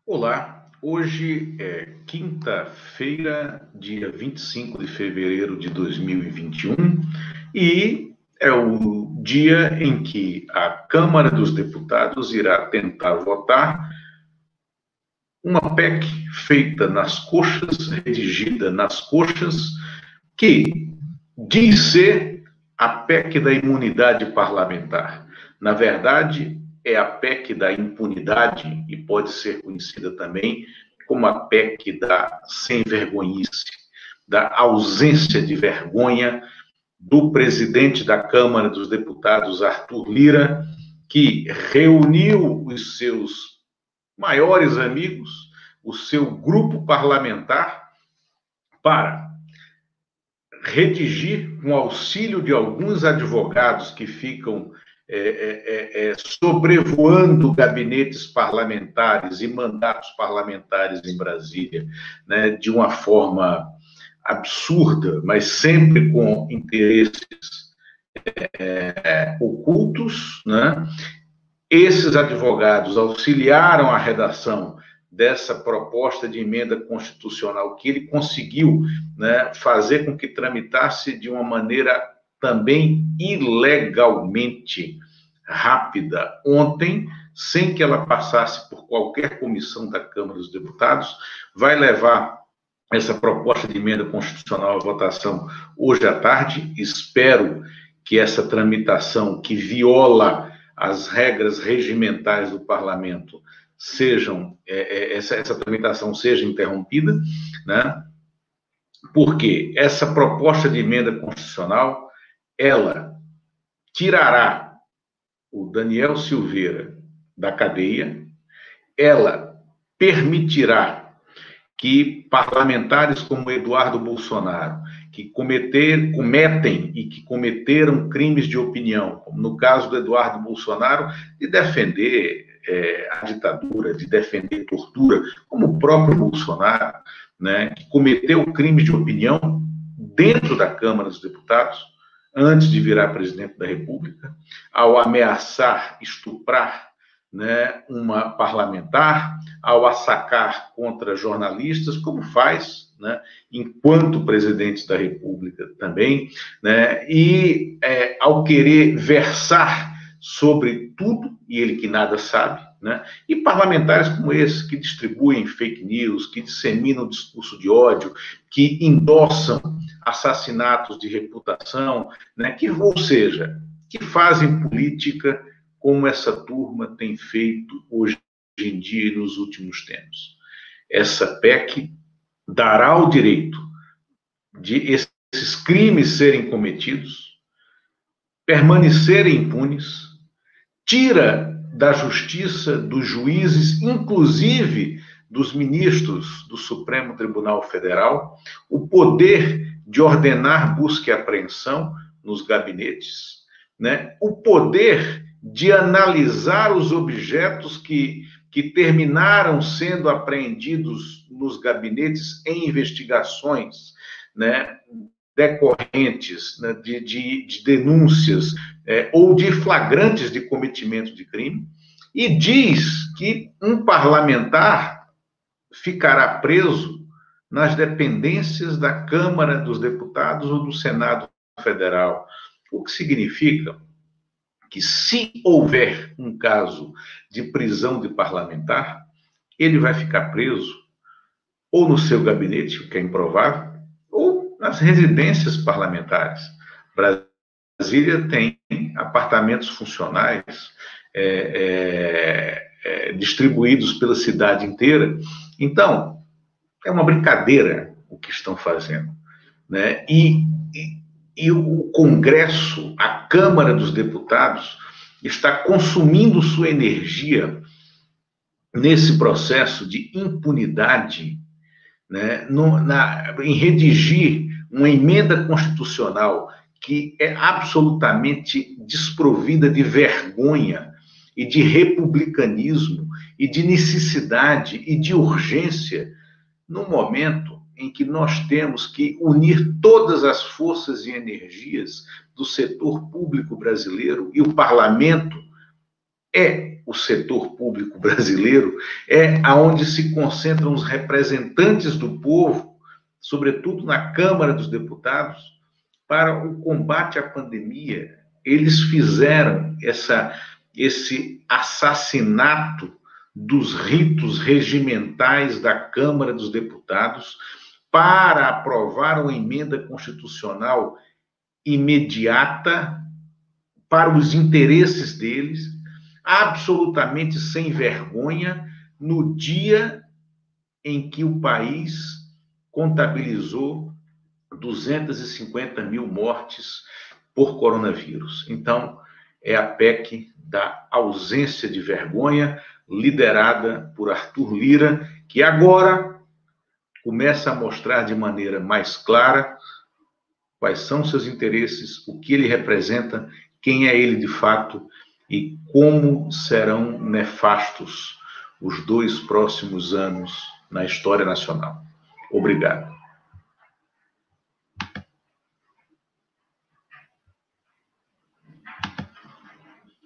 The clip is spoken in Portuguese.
Olá, hoje é quinta-feira, dia 25 de fevereiro de 2021, e é o dia em que a Câmara dos Deputados irá tentar votar uma PEC feita nas coxas, redigida nas coxas, que diz ser a PEC da imunidade parlamentar. Na verdade, é a PEC da impunidade e pode ser conhecida também como a PEC da sem-vergonhice, da ausência de vergonha do presidente da Câmara dos Deputados, Arthur Lira, que reuniu os seus maiores amigos, o seu grupo parlamentar, para redigir, com auxílio de alguns advogados que ficam sobrevoando gabinetes parlamentares e mandatos parlamentares em Brasília, né, de uma forma absurda, mas sempre com interesses ocultos, né? Esses advogados auxiliaram a redação dessa proposta de emenda constitucional que ele conseguiu, né, fazer com que tramitasse de uma maneira também ilegalmente rápida ontem, sem que ela passasse por qualquer comissão da Câmara dos Deputados. Vai levar essa proposta de emenda constitucional à votação hoje à tarde. Espero que essa tramitação, que viola as regras regimentais do parlamento, essa tramitação seja interrompida, né? Porque essa proposta de emenda constitucional, ela tirará o Daniel Silveira da cadeia, ela permitirá que parlamentares como Eduardo Bolsonaro, que cometem e que cometeram crimes de opinião, como no caso do Eduardo Bolsonaro, de defender a ditadura, de defender tortura, como o próprio Bolsonaro, né, que cometeu crimes de opinião dentro da Câmara dos Deputados, antes de virar presidente da República, ao ameaçar estuprar, né, uma parlamentar, ao assacar contra jornalistas, como faz, né, enquanto presidente da República também, né, e ao querer versar sobre tudo, e ele que nada sabe, né, e parlamentares como esse, que distribuem fake news, que disseminam discurso de ódio, que endossam assassinatos de reputação, né, ou seja, que fazem política como essa turma tem feito hoje em dia e nos últimos tempos. Essa PEC dará o direito de esses crimes serem cometidos, permanecerem impunes, tira da justiça, dos juízes, inclusive dos ministros do Supremo Tribunal Federal, o poder de ordenar busca e apreensão nos gabinetes, né? O poder de analisar os objetos que terminaram sendo apreendidos nos gabinetes em investigações, né, decorrentes, né, de denúncias ou de flagrantes de cometimento de crime, e diz que um parlamentar ficará preso nas dependências da Câmara dos Deputados ou do Senado Federal, o que significa que, se houver um caso de prisão de parlamentar, ele vai ficar preso ou no seu gabinete, o que é improvável, ou nas residências parlamentares. Brasília tem apartamentos funcionais distribuídos pela cidade inteira. Então, é uma brincadeira o que estão fazendo, né? E o Congresso, a Câmara dos Deputados, está consumindo sua energia nesse processo de impunidade, né, em redigir uma emenda constitucional que é absolutamente desprovida de vergonha e de republicanismo e de necessidade e de urgência, no momento em que nós temos que unir todas as forças e energias do setor público brasileiro, e o parlamento é o setor público brasileiro, é aonde se concentram os representantes do povo, sobretudo na Câmara dos Deputados, para o combate à pandemia. Eles fizeram esse assassinato dos ritos regimentais da Câmara dos Deputados para aprovar uma emenda constitucional imediata para os interesses deles, absolutamente sem vergonha, no dia em que o país contabilizou 250 mil mortes por coronavírus. Então, é a PEC da ausência de vergonha, liderada por Arthur Lira, que agora começa a mostrar de maneira mais clara quais são seus interesses, o que ele representa, quem é ele de fato e como serão nefastos os 2 próximos anos na história nacional. Obrigado.